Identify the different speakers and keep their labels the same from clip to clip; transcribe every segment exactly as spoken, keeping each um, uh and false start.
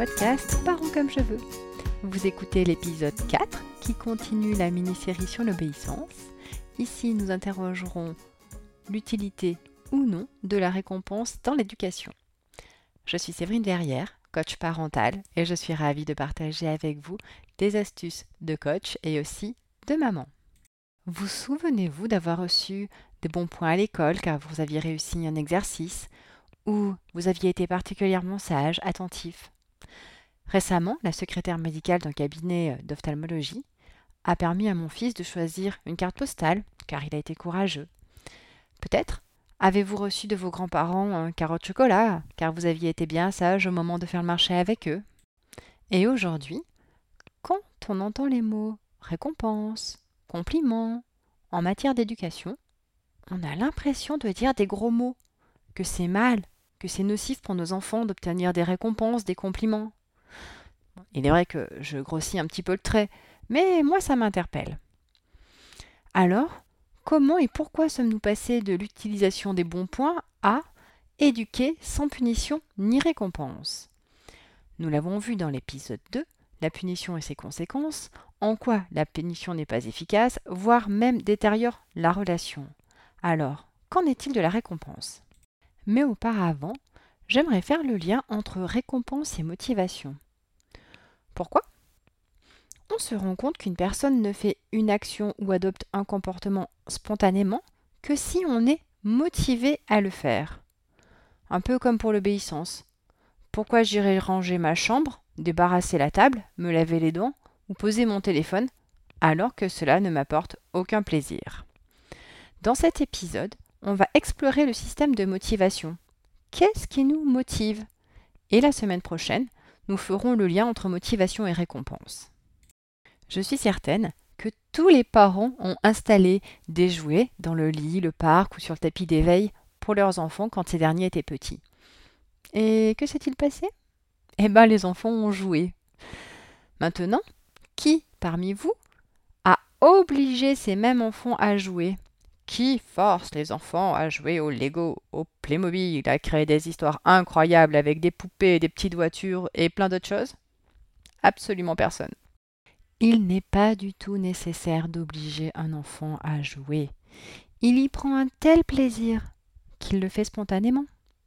Speaker 1: podcast Parents comme je veux. Vous écoutez l'épisode quatre qui continue la mini-série sur l'obéissance. Ici, nous interrogerons l'utilité ou non de la récompense dans l'éducation. Je suis Séverine Verrière, coach parental, et je suis ravie de partager avec vous des astuces de coach et aussi de maman. Vous souvenez-vous d'avoir reçu des bons points à l'école car vous aviez réussi un exercice ou vous aviez été particulièrement sage, attentif? Récemment, la secrétaire médicale d'un cabinet d'ophtalmologie a permis à mon fils de choisir une carte postale car il a été courageux. Peut-être avez-vous reçu de vos grands-parents un carreau de chocolat car vous aviez été bien sage au moment de faire le marché avec eux. Et aujourd'hui, quand on entend les mots récompense, compliment en matière d'éducation, on a l'impression de dire des gros mots, que c'est mal, que c'est nocif pour nos enfants d'obtenir des récompenses, des compliments. Il est vrai que je grossis un petit peu le trait, mais moi ça m'interpelle. Alors, comment et pourquoi sommes-nous passés de l'utilisation des bons points à éduquer sans punition ni récompense? Nous l'avons vu dans l'épisode deux, la punition et ses conséquences, en quoi la punition n'est pas efficace, voire même détériore la relation. Alors, qu'en est-il de la récompense? Mais auparavant, j'aimerais faire le lien entre récompense et motivation. Pourquoi? On se rend compte qu'une personne ne fait une action ou adopte un comportement spontanément que si on est motivé à le faire. Un peu comme pour l'obéissance. Pourquoi j'irais ranger ma chambre, débarrasser la table, me laver les dents ou poser mon téléphone alors que cela ne m'apporte aucun plaisir? Dans cet épisode, on va explorer le système de motivation. Qu'est-ce qui nous motive? Et la semaine prochaine, nous ferons le lien entre motivation et récompense. Je suis certaine que tous les parents ont installé des jouets dans le lit, le parc ou sur le tapis d'éveil pour leurs enfants quand ces derniers étaient petits. Et que s'est-il passé? Eh bien, les enfants ont joué. Maintenant, qui parmi vous a obligé ces mêmes enfants à jouer? Qui force les enfants à jouer au Lego, au Playmobil, à créer des histoires incroyables avec des poupées, des petites voitures et plein d'autres choses? Absolument personne. Il n'est pas du tout nécessaire d'obliger un enfant à jouer. Il y prend un tel plaisir qu'il le fait spontanément.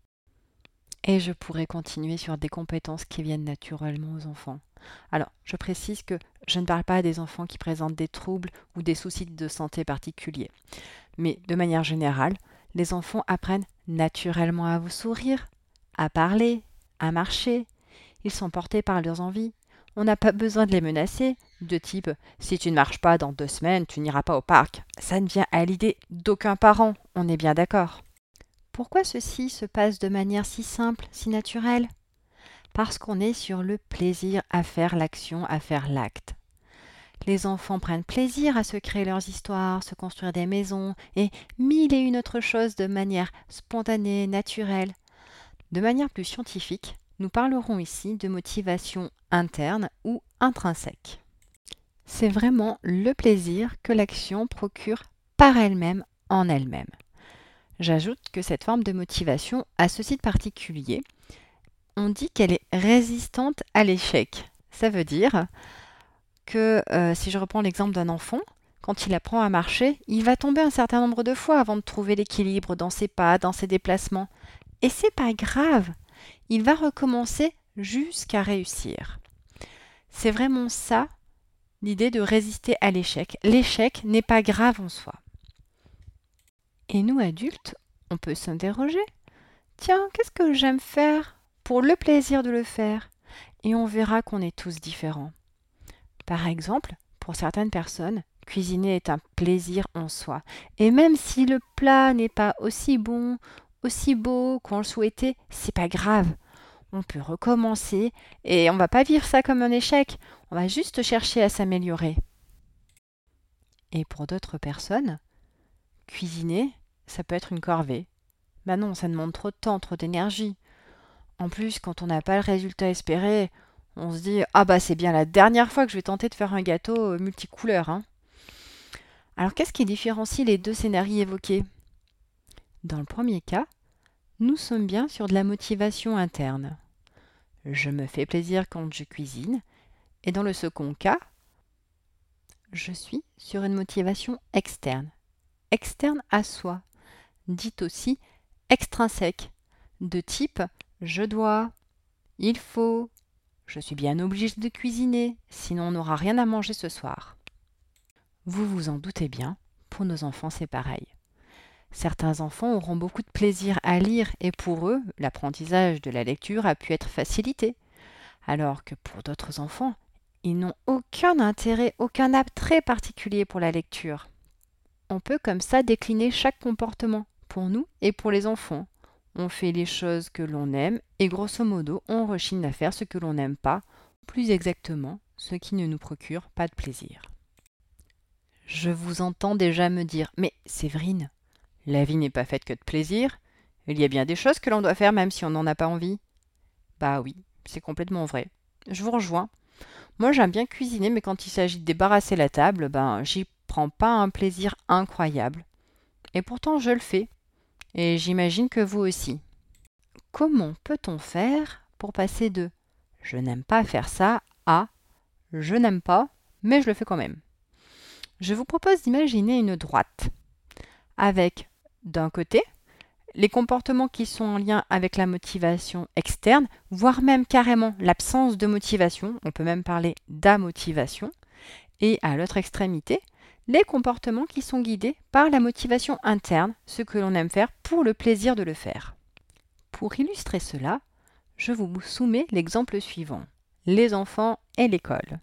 Speaker 1: Et je pourrais continuer sur des compétences qui viennent naturellement aux enfants. Alors, je précise que je ne parle pas des enfants qui présentent des troubles ou des soucis de santé particuliers. Mais de manière générale, les enfants apprennent naturellement à vous sourire, à parler, à marcher. Ils sont portés par leurs envies. On n'a pas besoin de les menacer, de type « si tu ne marches pas dans deux semaines, tu n'iras pas au parc ». Ça ne vient à l'idée d'aucun parent, on est bien d'accord. Pourquoi ceci se passe de manière si simple, si naturelle? Parce qu'on est sur le plaisir à faire l'action, à faire l'acte. Les enfants prennent plaisir à se créer leurs histoires, se construire des maisons et mille et une autres choses de manière spontanée, naturelle. De manière plus scientifique, nous parlerons ici de motivation interne ou intrinsèque. C'est vraiment le plaisir que l'action procure par elle-même en elle-même. J'ajoute que cette forme de motivation a ceci de particulier. On dit qu'elle est résistante à l'échec. Ça veut dire que euh, si je reprends l'exemple d'un enfant, quand il apprend à marcher, il va tomber un certain nombre de fois avant de trouver l'équilibre dans ses pas, dans ses déplacements. Et c'est pas grave. Il va recommencer jusqu'à réussir. C'est vraiment ça, l'idée de résister à l'échec. L'échec n'est pas grave en soi. Et nous, adultes, on peut s'interroger. Tiens, qu'est-ce que j'aime faire pour le plaisir de le faire? Et on verra qu'on est tous différents. Par exemple, pour certaines personnes, cuisiner est un plaisir en soi. Et même si le plat n'est pas aussi bon, aussi beau qu'on le souhaitait, c'est pas grave. On peut recommencer et on va pas vivre ça comme un échec. On va juste chercher à s'améliorer. Et pour d'autres personnes, cuisiner, ça peut être une corvée. Ben non, ça demande trop de temps, trop d'énergie. En plus, quand on n'a pas le résultat espéré, on se dit « Ah bah c'est bien la dernière fois que je vais tenter de faire un gâteau multicouleur. Hein. » Alors qu'est-ce qui différencie les deux scénarios évoqués? Dans le premier cas, nous sommes bien sur de la motivation interne. je me fais plaisir quand je cuisine. Et dans le second cas, je suis sur une motivation externe, externe à soi, dite aussi extrinsèque, de type je dois, il faut, je suis bien obligé de cuisiner, sinon on n'aura rien à manger ce soir. Vous vous en doutez bien, pour nos enfants c'est pareil. Certains enfants auront beaucoup de plaisir à lire et pour eux, l'apprentissage de la lecture a pu être facilité, alors que pour d'autres enfants, ils n'ont aucun intérêt, aucun attrait particulier pour la lecture. On peut comme ça décliner chaque comportement, pour nous et pour les enfants. On fait les choses que l'on aime et grosso modo, on rechigne à faire ce que l'on n'aime pas, plus exactement, ce qui ne nous procure pas de plaisir. Je vous entends déjà me dire « Mais Séverine, la vie n'est pas faite que de plaisir. Il y a bien des choses que l'on doit faire même si on n'en a pas envie. » Bah oui, c'est complètement vrai. Je vous rejoins. Moi, j'aime bien cuisiner, mais quand il s'agit de débarrasser la table, ben, j'y prends pas un plaisir incroyable. Et pourtant, je le fais. Et j'imagine que vous aussi. Comment peut-on faire pour passer de « je n'aime pas faire ça » à « je n'aime pas, mais je le fais quand même ». Je vous propose d'imaginer une droite avec, d'un côté, les comportements qui sont en lien avec la motivation externe, voire même carrément l'absence de motivation, on peut même parler d'amotivation, et à l'autre extrémité, les comportements qui sont guidés par la motivation interne, ce que l'on aime faire pour le plaisir de le faire. Pour illustrer cela, je vous soumets l'exemple suivant, les enfants et l'école.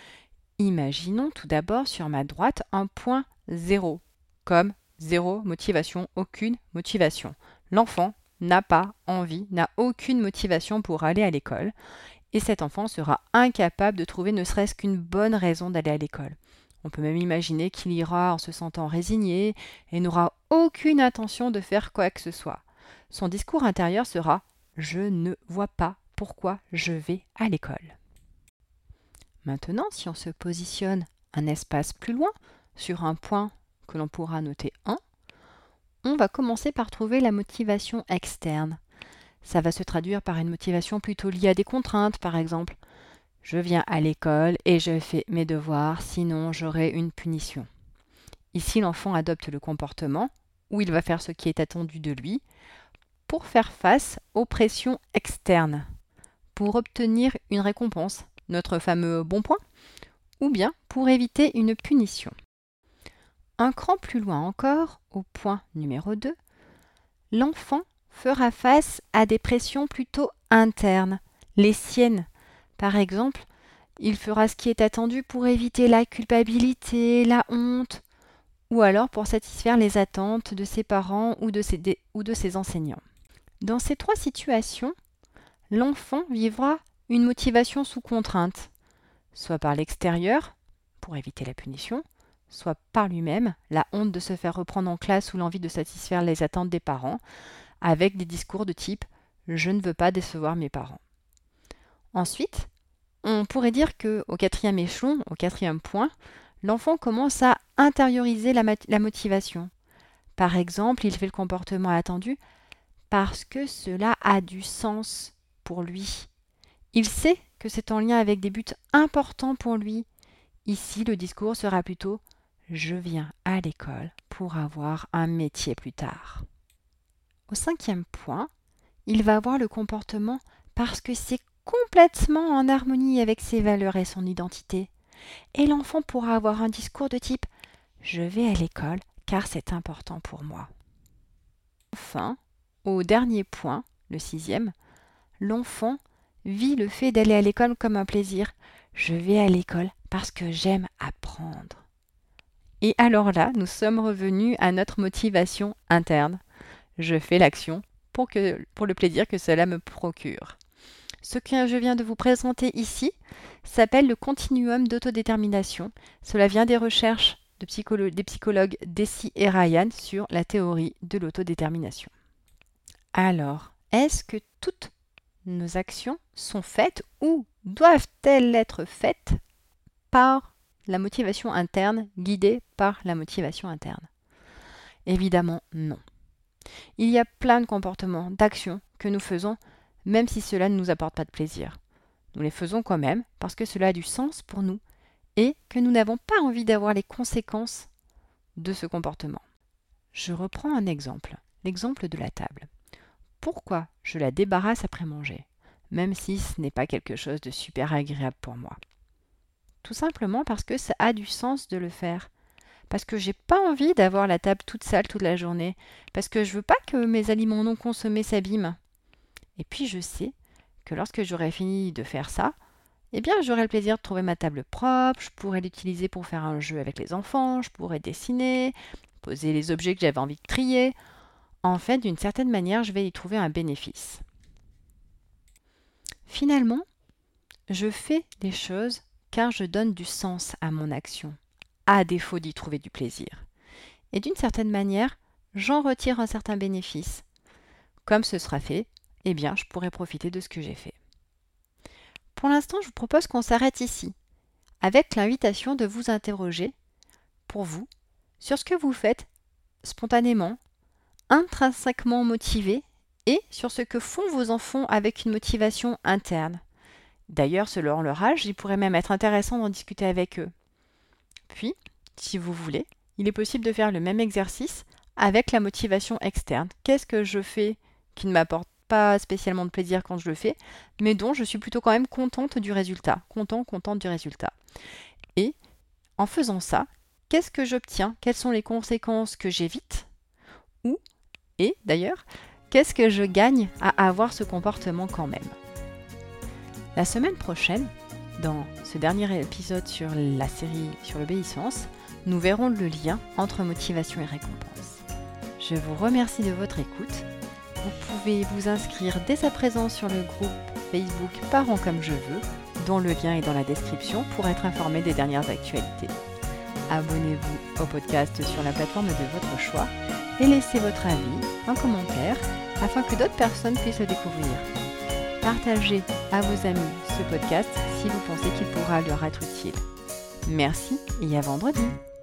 Speaker 1: Imaginons tout d'abord sur ma droite un point zéro, comme zéro motivation, aucune motivation. L'enfant n'a pas envie, n'a aucune motivation pour aller à l'école et cet enfant sera incapable de trouver ne serait-ce qu'une bonne raison d'aller à l'école. On peut même imaginer qu'il ira en se sentant résigné et n'aura aucune intention de faire quoi que ce soit. Son discours intérieur sera « Je ne vois pas pourquoi je vais à l'école ». Maintenant, si on se positionne un espace plus loin, sur un point que l'on pourra noter un, on va commencer par trouver la motivation externe. Ça va se traduire par une motivation plutôt liée à des contraintes, par exemple. Je viens à l'école et je fais mes devoirs, sinon j'aurai une punition. Ici, l'enfant adopte le comportement où il va faire ce qui est attendu de lui pour faire face aux pressions externes, pour obtenir une récompense, notre fameux bon point, ou bien pour éviter une punition. Un cran plus loin encore, au point numéro deux, l'enfant fera face à des pressions plutôt internes, les siennes. Par exemple, il fera ce qui est attendu pour éviter la culpabilité, la honte, ou alors pour satisfaire les attentes de ses parents ou de ses, ou de ses enseignants. Dans ces trois situations, l'enfant vivra une motivation sous contrainte, soit par l'extérieur, pour éviter la punition, soit par lui-même, la honte de se faire reprendre en classe ou l'envie de satisfaire les attentes des parents, avec des discours de type « je ne veux pas décevoir mes parents ». Ensuite, on pourrait dire qu'au quatrième échelon, au quatrième point, l'enfant commence à intérioriser la, la motivation. Par exemple, il fait le comportement attendu parce que cela a du sens pour lui. Il sait que c'est en lien avec des buts importants pour lui. Ici, le discours sera plutôt « je viens à l'école pour avoir un métier plus tard ». Au cinquième point, il va avoir le comportement parce que c'est complètement en harmonie avec ses valeurs et son identité. Et l'enfant pourra avoir un discours de type « je vais à l'école car c'est important pour moi ». Enfin, au dernier point, le sixième, l'enfant vit le fait d'aller à l'école comme un plaisir. Je vais à l'école parce que j'aime apprendre. Et alors là, nous sommes revenus à notre motivation interne. Je fais l'action pour, que, pour le plaisir que cela me procure. Ce que je viens de vous présenter ici s'appelle le continuum d'autodétermination. Cela vient des recherches de psycholo- des psychologues Deci et Ryan sur la théorie de l'autodétermination. Alors, est-ce que toutes nos actions sont faites ou doivent-elles être faites par la motivation interne, guidée par la motivation interne? Évidemment, non. Il y a plein de comportements, d'actions que nous faisons même si cela ne nous apporte pas de plaisir. Nous les faisons quand même parce que cela a du sens pour nous et que nous n'avons pas envie d'avoir les conséquences de ce comportement. Je reprends un exemple, l'exemple de la table. Pourquoi je la débarrasse après manger, même si ce n'est pas quelque chose de super agréable pour moi? Tout simplement parce que ça a du sens de le faire. Parce que j'ai pas envie d'avoir la table toute sale toute la journée. Parce que je veux pas que mes aliments non consommés s'abîment. Et puis je sais que lorsque j'aurai fini de faire ça, eh bien j'aurai le plaisir de trouver ma table propre, je pourrai l'utiliser pour faire un jeu avec les enfants, je pourrai dessiner, poser les objets que j'avais envie de trier. En fait, d'une certaine manière, je vais y trouver un bénéfice. Finalement, je fais les choses car je donne du sens à mon action, à défaut d'y trouver du plaisir. Et d'une certaine manière, j'en retire un certain bénéfice. Comme ce sera fait, eh bien, je pourrai profiter de ce que j'ai fait. Pour l'instant, je vous propose qu'on s'arrête ici, avec l'invitation de vous interroger, pour vous, sur ce que vous faites spontanément, intrinsèquement motivé, et sur ce que font vos enfants avec une motivation interne. D'ailleurs, selon leur âge, il pourrait même être intéressant d'en discuter avec eux. Puis, si vous voulez, il est possible de faire le même exercice avec la motivation externe. Qu'est-ce que je fais qui ne m'apporte pas spécialement de plaisir quand je le fais, mais dont je suis plutôt quand même contente du résultat, content, contente du résultat. Et en faisant ça, qu'est-ce que j'obtiens? Quelles sont les conséquences que j'évite? Ou, et d'ailleurs, qu'est-ce que je gagne à avoir ce comportement quand même? La semaine prochaine, dans ce dernier épisode sur la série sur l'obéissance, nous verrons le lien entre motivation et récompense. Je vous remercie de votre écoute. Vous pouvez vous inscrire dès à présent sur le groupe Facebook Parents comme je veux, dont le lien est dans la description pour être informé des dernières actualités. Abonnez-vous au podcast sur la plateforme de votre choix et laissez votre avis, un commentaire, afin que d'autres personnes puissent le découvrir. Partagez à vos amis ce podcast si vous pensez qu'il pourra leur être utile. Merci et à vendredi.